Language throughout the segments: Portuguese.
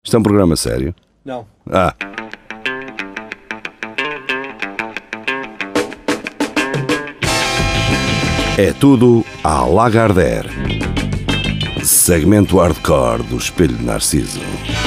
Isto é um programa sério? Não. Ah. É tudo à Lagardère. Segmento hardcore do Espelho de Narciso.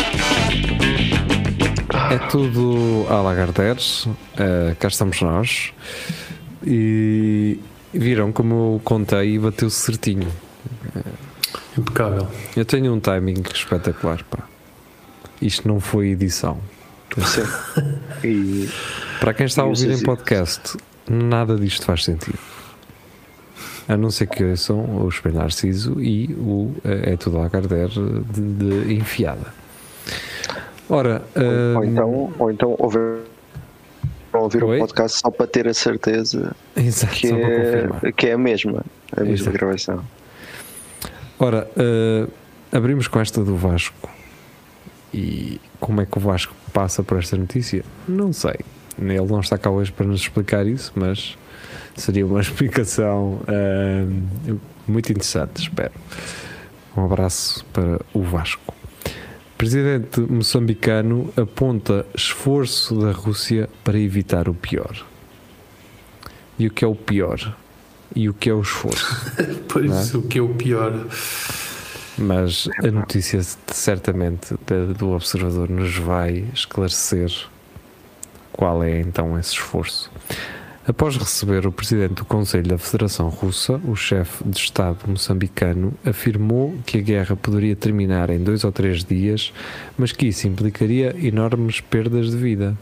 É tudo à Lagardère. Cá estamos nós. E viram como eu contei e bateu certinho. Impecável. Eu tenho um timing espetacular, pá. Isto não foi edição. Sim. E para quem está a ouvir em podcast, nada disto faz sentido. A não ser que são o Espelho Narciso e o É Tudo à Lagardère de enfiada. Ora, ou então ouvir um podcast só para ter a certeza. Exato, que é a mesma Exato. gravação. Ora, abrimos com esta do Vasco. E como é que o Vasco passa por esta notícia? Não sei. Ele não está cá hoje para nos explicar isso, mas seria uma explicação muito interessante, espero. Um abraço para o Vasco. Presidente moçambicano aponta esforço da Rússia para evitar o pior. E o que é o pior? E o que é o esforço? Por isso, o que é o pior? Mas a notícia certamente do Observador nos vai esclarecer qual é então esse esforço. Após receber o presidente do Conselho da Federação Russa, o chefe de Estado moçambicano afirmou que a guerra poderia terminar em 2 ou 3 dias, mas que isso implicaria enormes perdas de vida.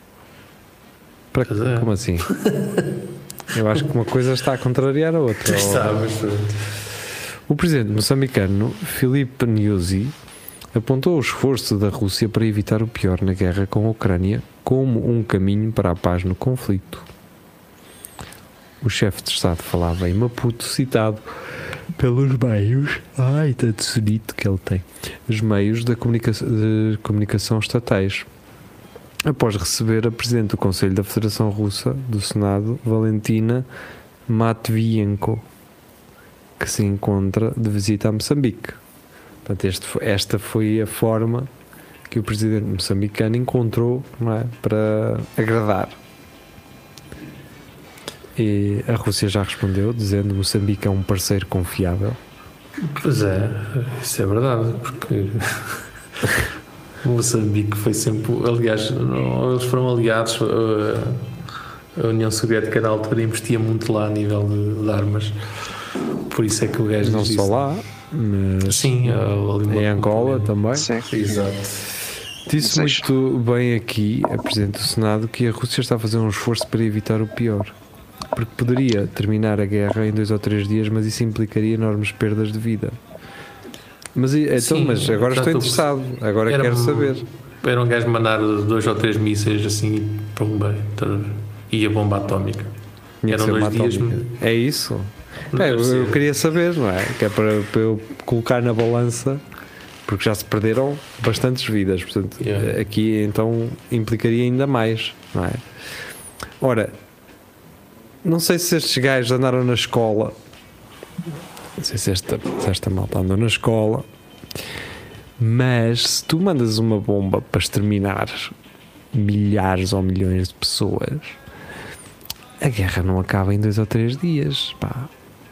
Como assim? Eu acho que uma coisa está a contrariar a outra. O presidente moçambicano, Filipe Nyusi, apontou o esforço da Rússia para evitar o pior na guerra com a Ucrânia como um caminho para a paz no conflito. O chefe de Estado falava em Maputo, citado pelos meios, tanto sonito que ele tem, os meios de comunicação estatais, após receber a presidente do Conselho da Federação Russa do Senado, Valentina Matvienko, que se encontra de visita a Moçambique. Portanto, esta foi a forma que o presidente moçambicano encontrou, não é, para agradar. E a Rússia já respondeu, dizendo que Moçambique é um parceiro confiável. Pois é, isso é verdade, porque Moçambique foi sempre, aliás, eles foram aliados, a União Soviética da altura investia muito lá a nível de armas, por isso é que o gajo não só lá, mas sim, em Angola também. Sim. Exato. Disse muito bem aqui a presidente do Senado que a Rússia está a fazer um esforço para evitar o pior, porque poderia terminar a guerra em 2 ou 3 dias, mas isso implicaria enormes perdas de vida. Mas, então, sim, mas agora estou interessado, agora quero saber. Era um gajo mandar 2 ou 3 mísseis assim para um bem, e a bomba atómica. Eram 2 dias. É isso? Eu queria saber, não é? Que é para eu colocar na balança, porque já se perderam bastantes vidas, portanto, aqui então implicaria ainda mais, não é? Ora, não sei se estes gajos andaram na escola, não sei se esta malta andou na escola, mas se tu mandas uma bomba para exterminar milhares ou milhões de pessoas, a guerra não acaba em 2 ou 3 dias, pá.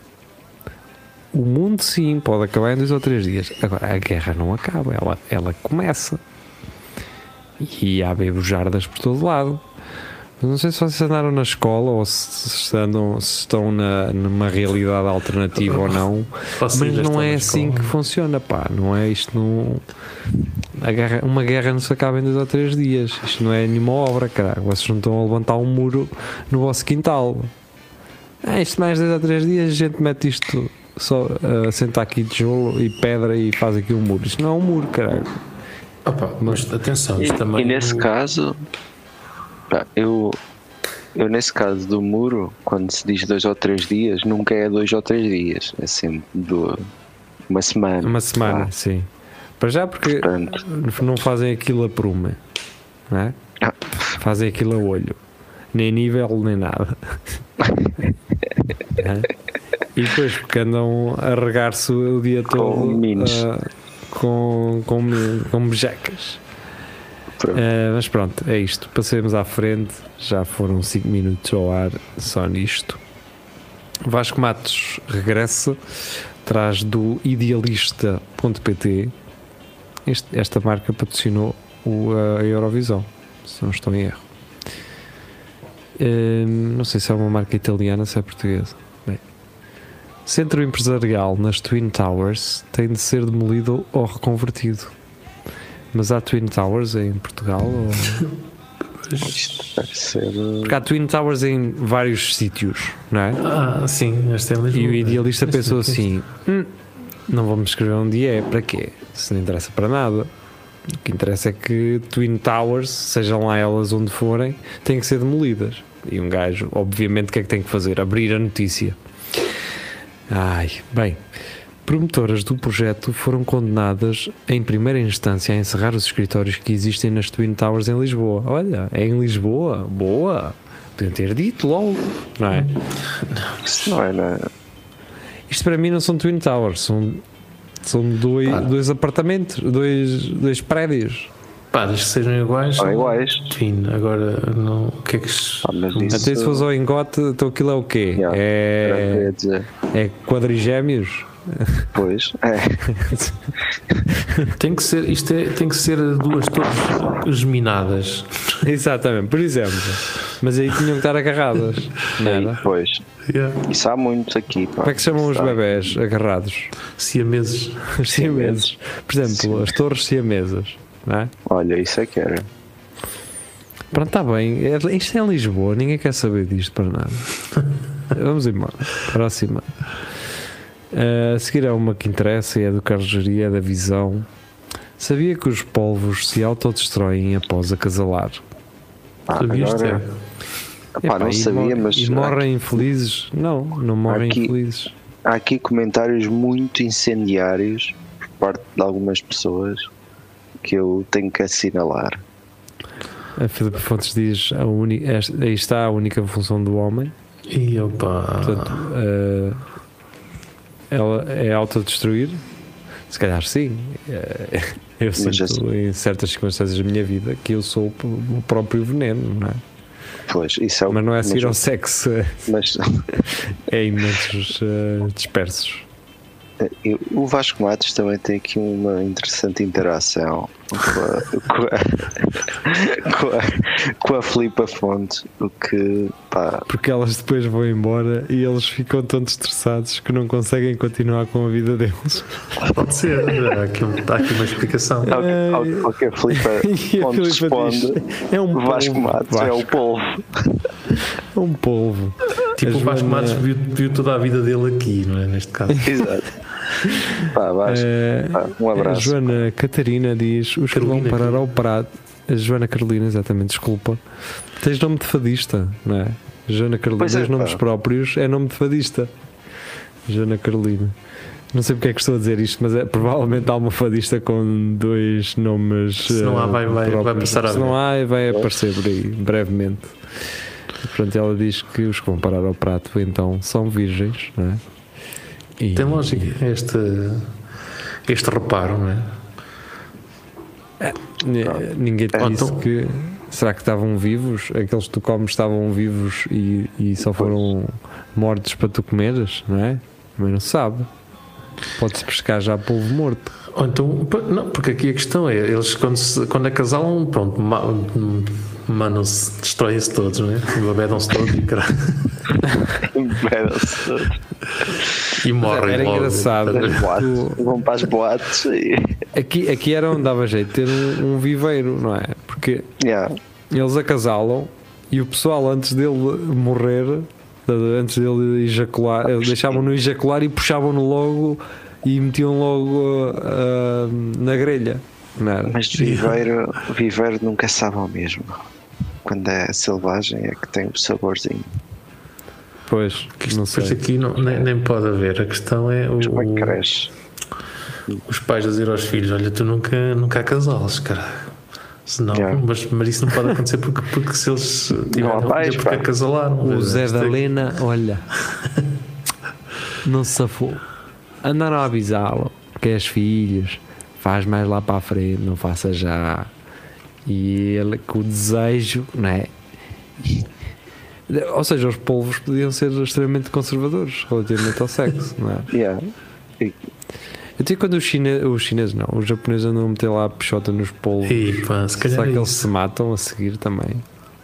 O mundo sim pode acabar em 2 ou 3 dias. Agora a guerra não acaba, ela começa. E há bebujardas por todo lado. Não sei se vocês andaram na escola ou se estão numa realidade alternativa ou não, mas não é assim que funciona, pá. Não é isto. Uma guerra não se acaba em 2 ou 3 dias. Isto não é nenhuma obra, caralho. Vocês não estão a levantar um muro no vosso quintal. Isto mais 2 ou 3 dias a gente mete isto só sentar aqui tijolo e pedra e faz aqui um muro. Isto não é um muro, caralho. Mas atenção, isto também. E nesse caso, eu nesse caso do muro, quando se diz 2 ou 3 dias, nunca é 2 ou 3 dias, é sempre uma semana. Uma semana, sim. Para já, porque não fazem aquilo a prumo, não é? Fazem aquilo a olho, nem nível nem nada. E depois, porque andam a regar-se o dia todo com bejecas. Mas pronto, é isto. Passemos à frente. Já foram 5 minutos ao ar só nisto. Vasco Matos regressa, traz do idealista.pt. Esta marca patrocinou a Eurovisão, se não estou em erro. Não sei se é uma marca italiana, se é portuguesa. Bem, centro empresarial nas Twin Towers tem de ser demolido ou reconvertido. Mas há Twin Towers em Portugal? Ou... Porque há Twin Towers em vários sítios, não é? Sim, este é mesmo. E o idealista pensou assim: não vamos escrever onde é, para quê? Se não interessa para nada. O que interessa é que Twin Towers, sejam lá elas onde forem, têm que ser demolidas. E um gajo, obviamente, o que é que tem que fazer? Abrir a notícia. Bem. Promotoras do projeto foram condenadas em primeira instância a encerrar os escritórios que existem nas Twin Towers em Lisboa. Olha, é em Lisboa? Boa! Podiam ter dito logo, não é? Isso não é, não é? Isto para mim não são Twin Towers, são dois apartamentos, dois prédios. Desde que sejam iguais. São iguais. Twin, agora não. O que é que Até se fosse ao engote, então aquilo é o quê? É quadrigémeos? Pois, tem que ser, tem que ser duas torres geminadas. Exatamente, por exemplo. Mas aí tinham que estar agarradas. Nada. Pois. Isso há muito aqui. Pá. Como é que se chamam os bebés agarrados? Siameses. Siameses. Por exemplo, as torres siamesas. Não é? Olha, isso é que era. Pronto, está bem. Isto é em Lisboa, ninguém quer saber disto para nada. Vamos embora. Próxima. A seguir é uma que interessa e é do Carlos Geria, é da Visão. Sabia que os polvos se autodestroem após acasalar? Agora... não sabia, mas... E morrem infelizes? Não morrem infelizes. Há aqui comentários muito incendiários por parte de algumas pessoas que eu tenho que assinalar. A Filipe Fontes diz: aí está a única função do homem. E opa! Portanto, ela é autodestruir? Se calhar sim. Eu sinto em certas circunstâncias da minha vida que eu sou o próprio veneno, não é? Pois, isso é mas não é seguir ao sexo, mas... é em momentos dispersos. O Vasco Matos também tem aqui uma interessante interação com a Filipa Fonte, o que porque elas depois vão embora e eles ficam tão estressados que não conseguem continuar com a vida deles. Pode ser, está aqui uma explicação. Ao que a Filipa Fonte responde: é um Vasco polvo, Matos, é o polvo. É um polvo. Tipo, o Vasco Matos viu toda a vida dele aqui, não é? Neste caso. Exato. Um abraço. A Joana Catarina diz: os que vão parar ao prato. A Joana Carolina, exatamente, desculpa. Tens nome de fadista, não é? Joana Carolina, os nomes próprios é nome de fadista. Joana Carolina. Não sei porque é que estou a dizer isto, mas provavelmente há uma fadista com dois nomes. Se não há, vai passar a ver. Se não há, vai aparecer por aí, brevemente. E, portanto, ela diz que os que vão parar ao prato então são virgens, não é? Tem lógica este reparo, não é? Ninguém te disse que... Será que estavam vivos? Aqueles que tu comes estavam vivos e só foram mortos para tu comeres, não é? Mas não se sabe. Pode-se pescar já polvo morto. Ou então, não, porque aqui a questão é, eles quando acasalam, pronto, manam-se, destroem-se todos, não é? Bebedam-se todos e caralho. Bebedam-se todos. E morrem. Era logo, engraçado. Vão para as boates. Aqui era onde dava jeito de ter um viveiro, não é? Porque eles acasalam e o pessoal antes dele morrer, antes dele ejacular, deixavam-no ejacular e puxavam-no logo e metiam logo na grelha. Não era? Mas viveiro nunca sabe ao mesmo. Quando é selvagem é que tem o saborzinho. Pois, não sei. Mas aqui nem pode haver. A questão é os pais a dizer aos filhos: olha, tu nunca acasales, caralho. Senão, mas isso não pode acontecer porque se eles tiverem porque acasalaram. O Zé da Lena, olha, não se safou. Andaram a avisá-lo que é as filhas. faz mais lá para a frente, não faça já. E ele com o desejo, não é? Ou seja, os polvos podiam ser extremamente conservadores relativamente ao sexo, não é? Yeah. Até quando os chineses não, os japoneses andam a meter lá a peixota nos polvos, se calhar será que eles isso se matam a seguir também?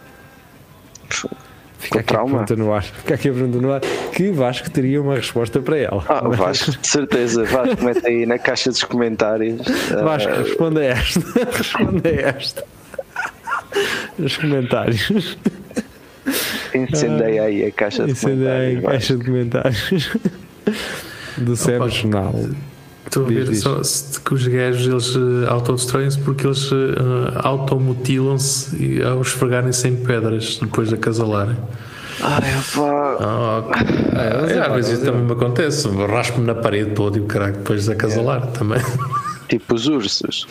Fica aqui, trauma. Fica aqui a pergunta no ar, que Vasco teria uma resposta para ela. Vasco, de certeza. Vasco, mete aí na caixa dos comentários. Vasco, responda a esta. Responda a esta. Nos comentários. Incendeia aí a caixa de comentários. Caixa de comentários do SEM Jornal. Estou a ver só que os gajos eles autodestroem-se porque eles automutilam-se ao esfregarem-se em pedras depois de acasalarem. Às vezes isso também me acontece. Raspo-me na parede todo e o caralho depois de acasalar também. Tipo os ursos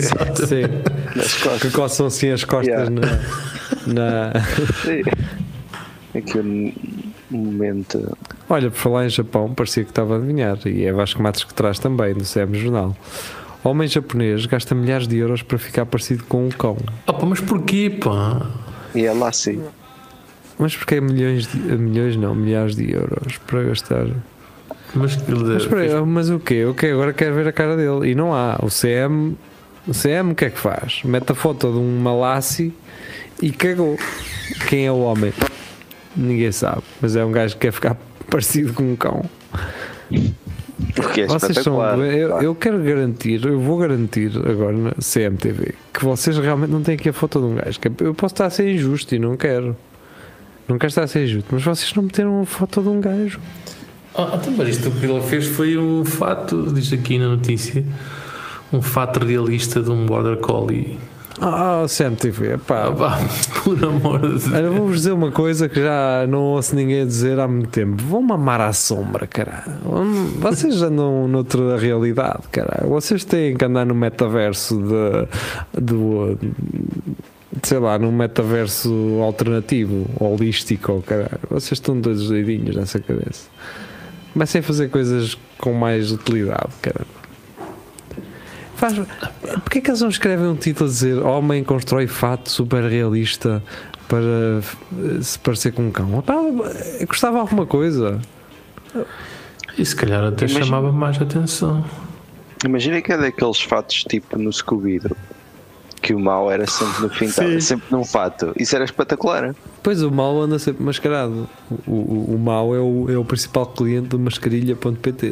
que coçam assim as costas na... Sim. Aqui um momento. Olha, por falar em Japão, parecia que estava a adivinhar, e é Vasco Matos que traz também do SEM Jornal. Homem japonês gasta milhares de euros para ficar parecido com um cão. Mas porquê, pá? E é lá sim. Mas porque é milhares de euros para gastar? Mas o quê? Agora quero ver a cara dele. E não há. O CM o que é que faz? Mete a foto de um Malassi e cagou. Quem é o homem? Ninguém sabe. Mas é um gajo que quer ficar parecido com um cão. Porque é vocês espetacular. Eu quero garantir, eu vou garantir agora na CMTV que vocês realmente não têm aqui a foto de um gajo. Eu posso estar a ser injusto e não quero. Não quero estar a ser injusto, mas vocês não meteram a foto de um gajo. Mas isto que ele fez foi um fato, diz aqui na notícia, um fato realista de um Border Collie. CMTV, pá. Por amor de Deus. Olha, vou-vos dizer uma coisa que já não ouço ninguém dizer há muito tempo. Vão mamar à sombra, caralho. Vocês andam noutra realidade, caralho. Vocês têm que andar no metaverso sei lá, num metaverso alternativo, holístico, caralho. Vocês estão todos doidinhos nessa cabeça. Comecem a fazer coisas com mais utilidade, caralho. Porquê que eles não escrevem um título a dizer homem constrói fato super realista para se parecer com um cão? Gostava alguma coisa. E se calhar até chamava mais atenção. Imagina que é daqueles fatos tipo no Scooby-Doo, que o mau era sempre no fim, estava sempre num fato. Isso era espetacular. Pois, o mau anda sempre mascarado. O mau é o principal cliente do mascarilha.pt.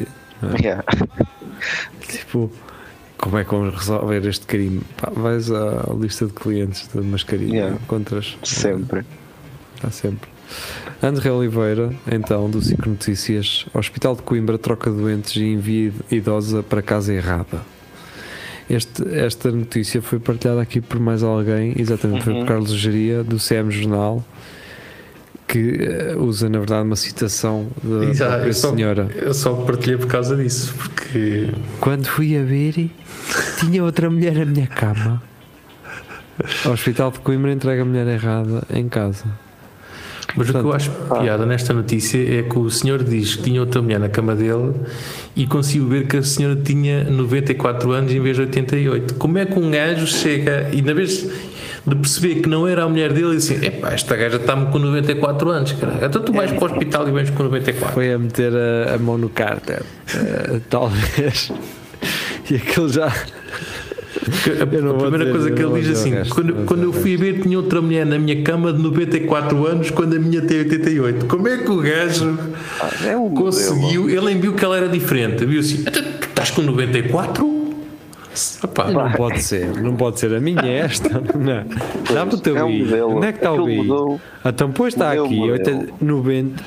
Tipo, como é que vamos resolver este crime? Vais à lista de clientes da mascarilha. Encontras sempre. Está sempre. André Oliveira, então, do Cic Notícias. Hospital de Coimbra troca doentes e envia idosa para casa errada. Esta notícia foi partilhada aqui por mais alguém, exatamente, foi por Carlos Geria, do CM Jornal, que usa, na verdade, uma citação da própria senhora. Eu só partilhei por causa disso, porque... Quando fui a ver, tinha outra mulher na minha cama. O Hospital de Coimbra entrega a mulher errada em casa. Mas portanto, o que eu acho piada nesta notícia é que o senhor diz que tinha outra mulher na cama dele e conseguiu ver que a senhora tinha 94 anos em vez de 88. Como é que um gajo chega e, na vez de perceber que não era a mulher dele, diz assim: esta gaja está-me com 94 anos, cara. Então tu vais para o hospital e vens com 94. Foi a meter a mão no cárter, talvez. E aquilo já... A primeira coisa que ele diz assim: quando eu fui a ver, tinha outra mulher na minha cama de 94 anos, quando a minha tem 88. Como é que o gajo conseguiu? Ele viu que ela era diferente, viu assim: tu estás com 94? Não pode ser a minha, é esta. Não. Dá para o teu vídeo. Onde é que está o vídeo? Então, pois está aqui: 90.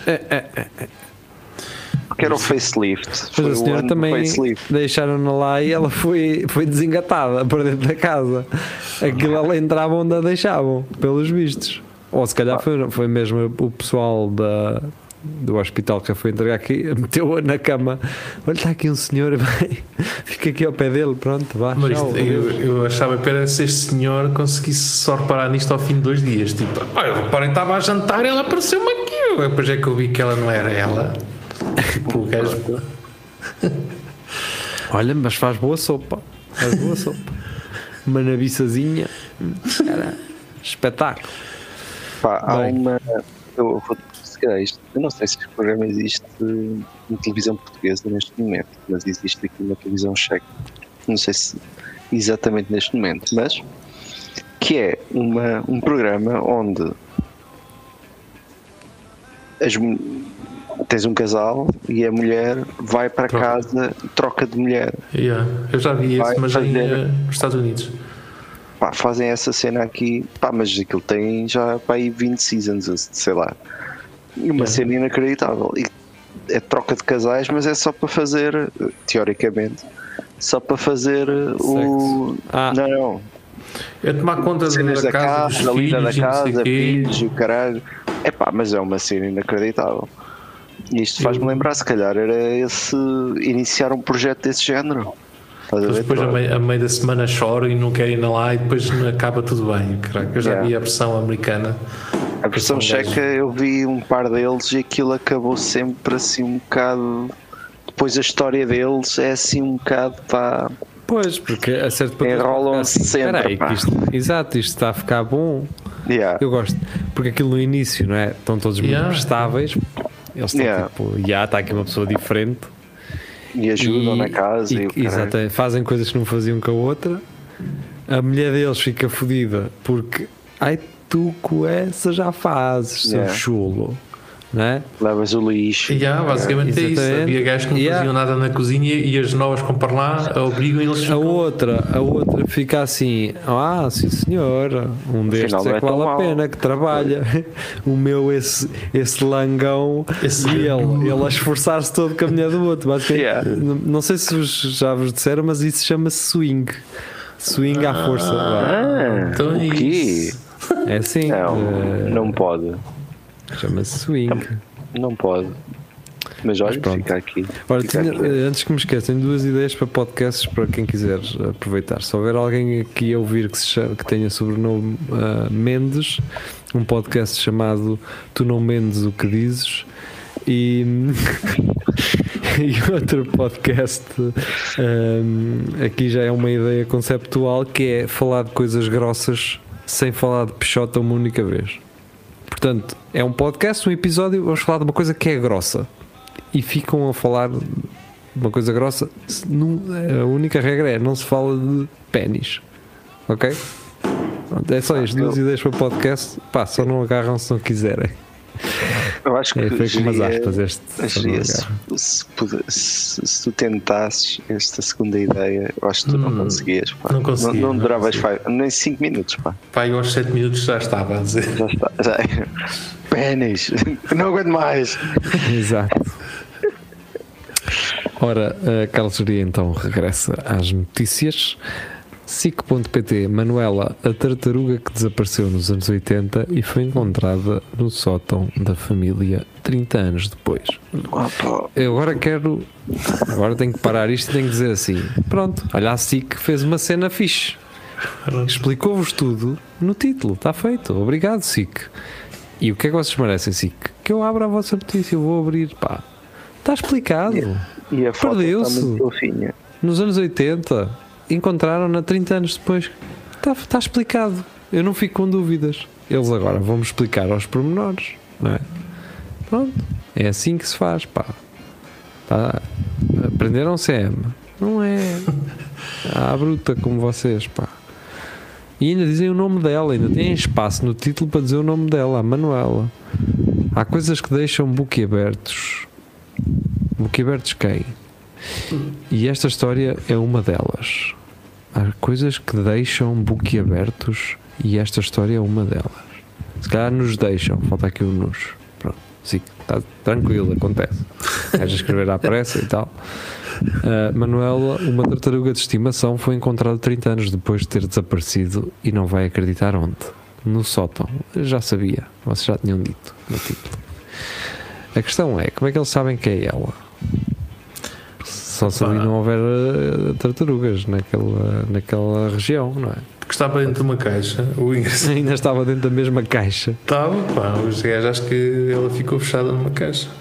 Que era o facelift. Mas a senhora também deixaram-na lá e ela foi desengatada para dentro da casa. Aquilo ela entrava onde a deixavam, pelos vistos. Ou se calhar foi mesmo o pessoal do hospital que a foi entregar aqui, meteu-a na cama. Olha, está aqui um senhor, fica aqui ao pé dele, pronto, vá. Mas eu achava que era se este senhor conseguisse só reparar nisto ao fim de 2 dias. Tipo, reparem, estava a jantar e ela apareceu-me aqui. Depois é que eu vi que ela não era ela. Olha, mas faz boa sopa. Faz boa sopa. Uma nabiçazinha. Cara, espetáculo. Pá, há uma. Eu vou isto. Eu não sei se este programa existe na televisão portuguesa neste momento, mas existe aqui na televisão checa. Não sei se exatamente neste momento, mas que é um programa onde tens um casal e a mulher vai para casa, troca de mulher. Eu já vi esse, mas nos Estados Unidos. Pá, fazem essa cena aqui, pá, mas aquilo tem já para aí 20 seasons, sei lá. Uma cena inacreditável. E é troca de casais, mas é só para fazer, teoricamente, só para fazer o. Não. É tomar conta cenas da casa, da lida da casa, filhos e o caralho. É pá, mas é uma cena inacreditável. E isto faz-me lembrar, se calhar, era iniciar um projeto desse género. Depois a meio da semana choram e não querem ir lá e depois acaba tudo bem. Eu já vi a versão americana. A versão checa eu vi um par deles e aquilo acabou sempre assim um bocado. Depois a história deles é assim um bocado pá. Pois, porque a certo ponto enrolam-se sempre. Exato, isto está a ficar bom. Eu gosto, porque aquilo no início, não é? Estão todos muito prestáveis. Eles estão tipo, está aqui uma pessoa diferente. E ajudam na casa exato, fazem coisas que não faziam com a outra. A mulher deles fica fodida porque tu com essa já fazes, seu chulo, não é? Levas o lixo. Basicamente é isso. Havia gajos que não faziam nada na cozinha e as novas que vão para lá obrigam eles. A outra fica assim, sim senhora, um destes é que vale a pena, que trabalha. O meu, esse langão, e ele a esforçar-se todo com a mulher do outro. Não sei se já vos disseram, mas isso chama-se swing. Swing à força. Então é isso. É assim. Não pode. Chama-se swing. Não pode. Mas olha, fica aqui. Ora, antes que me esqueçam, tenho 2 ideias para podcasts para quem quiser aproveitar. Se houver alguém aqui a ouvir que tenha sobrenome Mendes, um podcast chamado Tu Não Mendes o Que Dizes, e outro podcast, aqui já é uma ideia conceptual, que é falar de coisas grossas sem falar de pichota uma única vez. Portanto, é um podcast, um episódio, vamos falar de uma coisa que é grossa. E ficam a falar de uma coisa grossa. A única regra é não se fala de pénis. Ok? Pronto, é só isto. 2 ideias para o podcast. Só não agarram se não quiserem. Eu acho que foi com umas aspas se tu tentasses esta segunda ideia, eu acho que tu não conseguias. Não conseguia. Não duravas nem 5 minutos. Eu aos 7 minutos já estava a dizer. Já está. Pénis, não aguento mais. Exato. Ora, Carlos Geria então regressa às notícias. SIC.pt. Manuela, a tartaruga que desapareceu nos anos 80 e foi encontrada no sótão da família 30 anos depois. Eu agora tenho que parar isto e tenho que dizer assim: pronto, olha, a SIC fez uma cena fixe, explicou-vos tudo no título, está feito, obrigado SIC. E o que é que vocês merecem, SIC? Que eu abra a vossa notícia, eu vou abrir, está explicado. E a foto perdeu-se fofinha. nos anos 80. Encontraram-na 30 anos depois. Está explicado. Eu não fico com dúvidas. Eles agora vão-me explicar aos pormenores, não é? Pronto. É assim que se faz, Aprenderam CM. Não é à bruta como vocês, E ainda dizem o nome dela. Ainda têm espaço no título para dizer o nome dela, a Manuela. Há coisas que deixam boquiabertos. Boquiabertos quem? E esta história é uma delas. Há coisas que deixam boquiabertos e esta história é uma delas. Se calhar nos deixam, falta aqui o nos. Pronto, sim, está tranquilo, acontece. Queres escrever à pressa e tal. Manuela, uma tartaruga de estimação, foi encontrada 30 anos depois de ter desaparecido e não vai acreditar onde. No sótão. Eu já sabia, vocês já tinham dito no título. A questão é, como é que eles sabem que é ela? Só se ali não houver tartarugas naquela região, não é? Porque estava dentro de uma caixa. Ainda estava dentro da mesma caixa. Estava, os gajos, acho que ela ficou fechada numa caixa.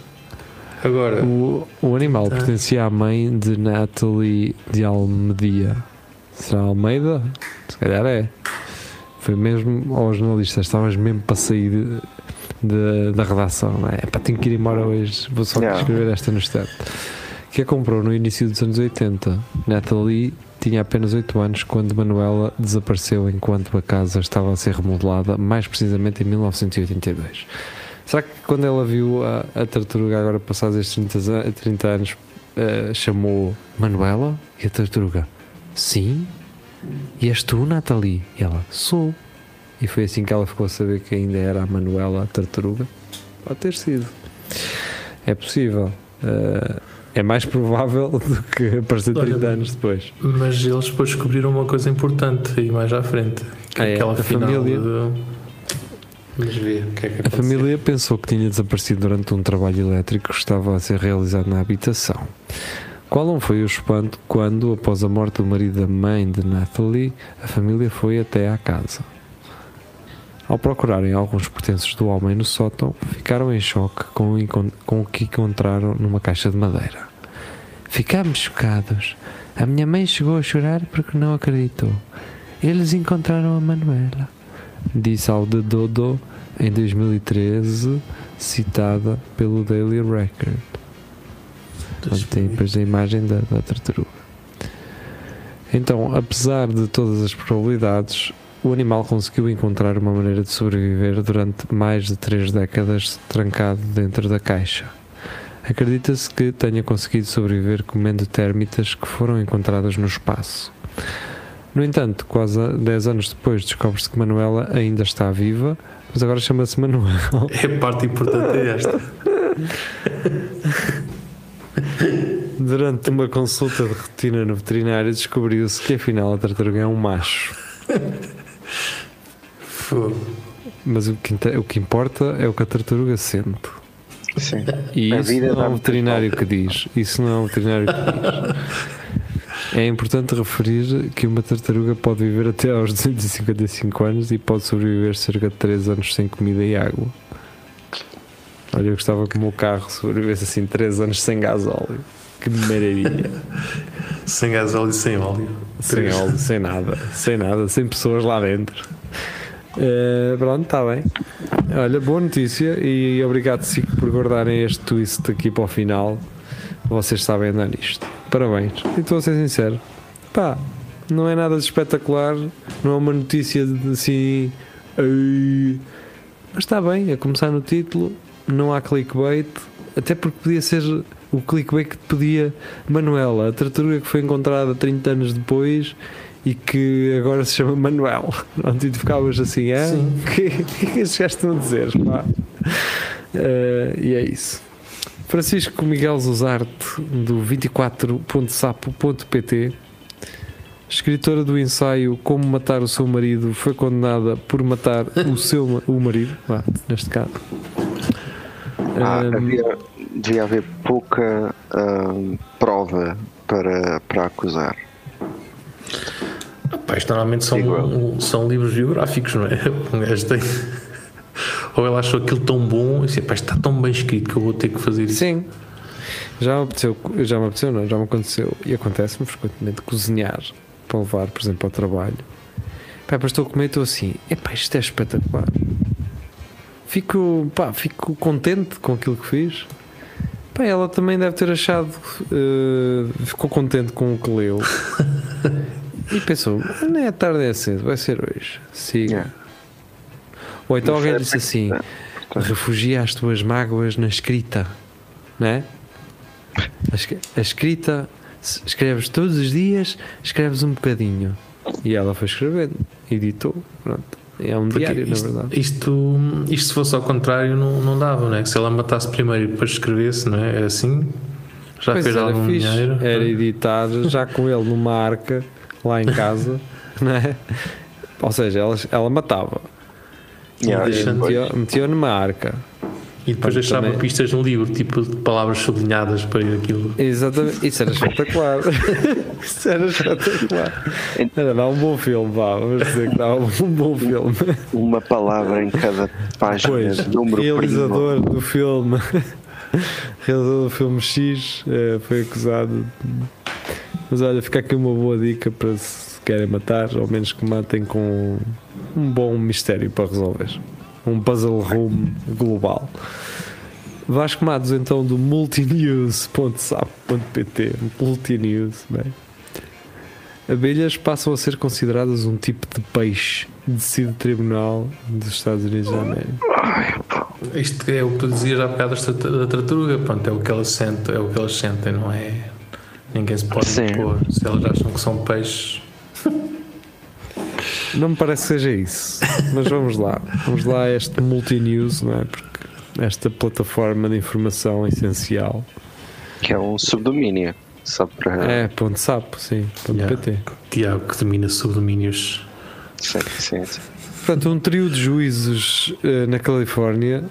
Agora, o animal pertencia à mãe de Natalie de Almeida. Será Almeida? Se calhar é. Foi mesmo ao jornalista, estavas mesmo para sair da redação, não é? Pá, tenho que ir embora hoje, vou só escrever esta no instante. Que a comprou no início dos anos 80. Natalie tinha apenas 8 anos quando Manuela desapareceu enquanto a casa estava a ser remodelada, mais precisamente em 1982. Será que quando ela viu a tartaruga, agora passados estes 30 anos, chamou Manuela? E a tartaruga, sim? E és tu, Natalie? E ela, sou. E foi assim que ela ficou a saber que ainda era a Manuela, a tartaruga. Pode ter sido. É possível. É mais provável do que aparecer 30 anos depois. Mas eles depois descobriram uma coisa importante aí mais à frente. Que aquela família. Mas vê o que é que a família pensou que tinha desaparecido durante um trabalho elétrico que estava a ser realizado na habitação. Qual não foi o espanto quando, após a morte do marido da mãe de Natalie, a família foi até à casa. Ao procurarem alguns pertences do homem no sótão, ficaram em choque com o que encontraram numa caixa de madeira. Ficámos chocados. A minha mãe chegou a chorar porque não acreditou. Eles encontraram a Manuela, disse ao The Dodo em 2013, citada pelo Daily Record. Tem depois a imagem da tartaruga. Então, apesar de todas as probabilidades, o animal conseguiu encontrar uma maneira de sobreviver durante mais de 3 décadas trancado dentro da caixa. Acredita-se que tenha conseguido sobreviver comendo térmitas que foram encontradas no espaço. No entanto, quase 10 anos depois, descobre-se que Manuela ainda está viva, mas agora chama-se Manuel. A parte importante é esta. Durante uma consulta de rotina no veterinário, descobriu-se que afinal a tartaruga é um macho. Mas o que importa é o que a tartaruga sente. Sim. E isso não é um veterinário que diz. Isso não é um veterinário que diz. É importante referir que uma tartaruga pode viver até aos 255 anos e pode sobreviver cerca de 3 anos sem comida e água. Olha, eu gostava que o meu carro sobrevivesse assim 3 anos sem gasóleo. Que maravilha. Sem gasóleo e sem óleo. Sem óleo, sem nada, sem pessoas lá dentro. Pronto, está bem. Olha, boa notícia e obrigado, Cico, por guardarem este twist aqui para o final. Vocês sabem andar nisto. Parabéns. E estou a ser sincero. Pá, não é nada de espetacular, não é uma notícia de assim. Mas está bem, a começar no título, não há clickbait, até porque podia ser o clickbait que pedia Manuela, a tartaruga que foi encontrada 30 anos depois e que agora se chama Manuel. Pronto, e tu ficavas assim, o que estes gajos estão a dizer? Pá. E é isso. Francisco Miguel Zuzarte, do 24.sapo.pt, escritora do ensaio Como Matar o Seu Marido, foi condenada por matar o marido, neste caso. Devia haver pouca prova para acusar. Isto normalmente são livros biográficos, não é? Ou ela achou aquilo tão bom e disse, está tão bem escrito que eu vou ter que fazer isso. Sim, já me aconteceu e acontece-me frequentemente cozinhar para levar, por exemplo, ao trabalho. Depois estou a comer e estou assim, isto é espetacular. Fico contente com aquilo que fiz. Ela também deve ter achado, ficou contente com o que leu e pensou, não é tarde, é cedo, vai ser hoje, siga. Ou então alguém disse assim, refugia as tuas mágoas na escrita, não é? A escrita, escreves todos os dias, escreves um bocadinho. E ela foi escrevendo, editou, pronto. É um diário, na verdade. Isto se fosse ao contrário não dava, não é? Se ela matasse primeiro e depois escrevesse, não é? É assim, já pois fez algum dinheiro. Era editar já com ele numa arca lá em casa, não é? Ou seja, ela matava. Metia numa arca e depois deixava também pistas no livro, tipo de palavras sublinhadas para ir aquilo. Exatamente, isso era espetacular. Era dar um bom filme, vamos dizer que dava um bom filme. Uma palavra em cada página. Pois, realizador do filme X foi acusado. Mas olha, fica aqui uma boa dica para se se querem matar, ao menos que matem com um bom mistério para resolver. Um puzzle room global. Vasco Matos, então, do multinews.sap.pt. Multinews, bem. Abelhas passam a ser consideradas um tipo de peixe, decide o Tribunal dos Estados Unidos da América. Isto é o que tu dizias há bocado da tartaruga, pronto, é o que elas sentem, não é? Ninguém se pode impor. Se elas acham que são peixes. Não me parece que seja isso, mas vamos lá a este Multinews, não é? Porque esta plataforma de informação essencial, que é um subdomínio, só para. .sapo, sim, .pt. Tiago, que domina subdomínios. Sim. Portanto, um trio de juízes na Califórnia.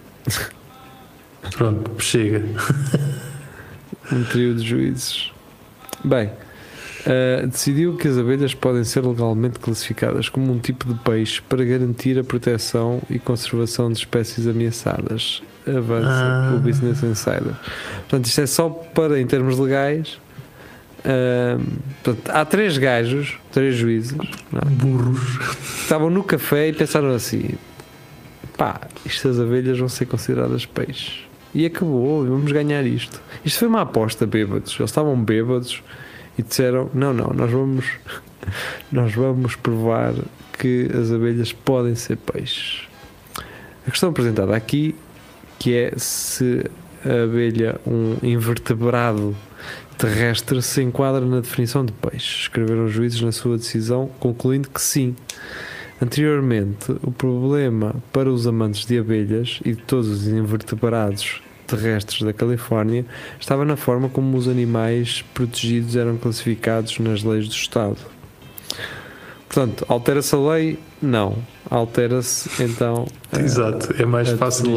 Pronto, chega. Um trio de juízes. Bem, decidiu que as abelhas podem ser legalmente classificadas como um tipo de peixe para garantir a proteção e conservação de espécies ameaçadas. Avança o Business Insider. Portanto, isto é só para, em termos legais. Portanto, há três juízes, burros, estavam no café e pensaram assim: pá, estas abelhas vão ser consideradas peixes. E acabou, vamos ganhar isto. Isto foi uma aposta, bêbados. Eles estavam bêbados e disseram: não, nós vamos provar que as abelhas podem ser peixes. A questão apresentada aqui, que é se a abelha, um invertebrado terrestre, se enquadra na definição de peixe. Escreveram os juízes na sua decisão, concluindo que sim. Anteriormente, o problema para os amantes de abelhas e de todos os invertebrados terrestres da Califórnia estava na forma como os animais protegidos eram classificados nas leis do Estado. Portanto, altera-se a lei? Não. Altera-se, então... Exato, é mais fácil...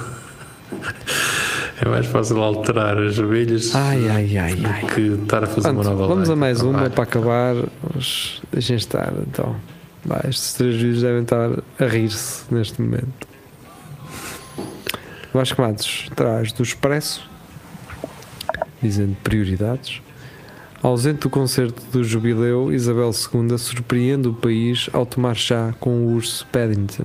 É mais fácil alterar as abelhas do que estar a fazer uma nova lei. Vamos a mais uma para acabar. Deixem estar, então. Estes três vídeos devem estar a rir-se neste momento. Vasco Matos traz do Expresso, dizendo prioridades. Ausente do concerto do Jubileu, Isabel II surpreende o país ao tomar chá com o urso Paddington.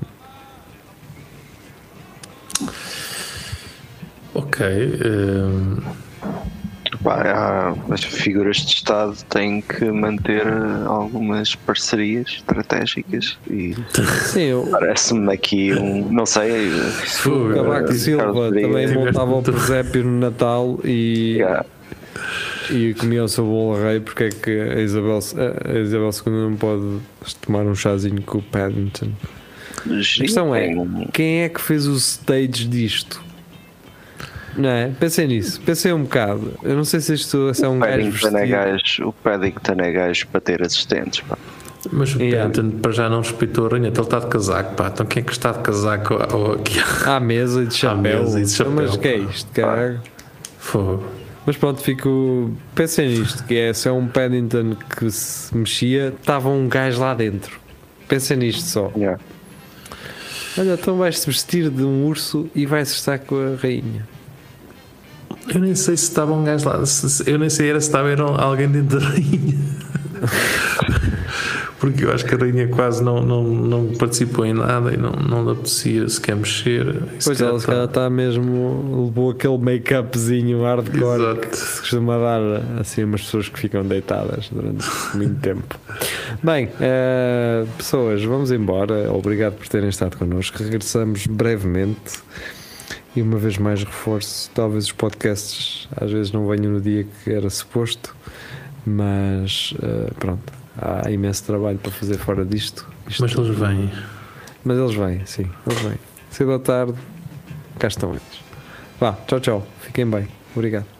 Ok. As figuras de Estado têm que manter algumas parcerias estratégicas e parece-me aqui não sei. O Cavaco Silva também montava o presépio no Natal e comia o seu bolo rei. Porque é que a Isabel II não pode tomar um chazinho com o Paddington? A questão é, quem é que fez o stage disto? Não é? Pensei nisso, pensei um bocado. Eu não sei se isto é um gajo vestido. O Paddington é gajo para ter assistentes, pá. Mas o Paddington para já não respeitou a rainha, ele está de casaco, pá. Então quem é que está de casaco aqui? À mesa e de chapéu. Mas que é isto, caralho? Fogo. Mas pronto, pensei nisto, que é se é um Paddington que se mexia, estava um gajo lá dentro. Pensei nisto só. Olha, então vais-se vestir de um urso e vais estar com a rainha. Eu nem sei se estava um gajo lá. Eu nem sei se estava alguém dentro da rainha. Porque eu acho que a rainha quase não participou em nada e não lhe apetecia sequer mexer. Pois ela está mesmo. Levou aquele make-upzinho hardcore. Exato. Que se costuma dar assim a umas pessoas que ficam deitadas durante muito tempo. Bem, pessoas, vamos embora. Obrigado por terem estado connosco. Regressamos brevemente. E uma vez mais reforço, talvez os podcasts às vezes não venham no dia que era suposto, mas pronto, há imenso trabalho para fazer fora disto. Mas eles vêm. Mas eles vêm, sim, eles vêm. Cedo ou tarde, cá estão eles. Vá, tchau, fiquem bem, obrigado.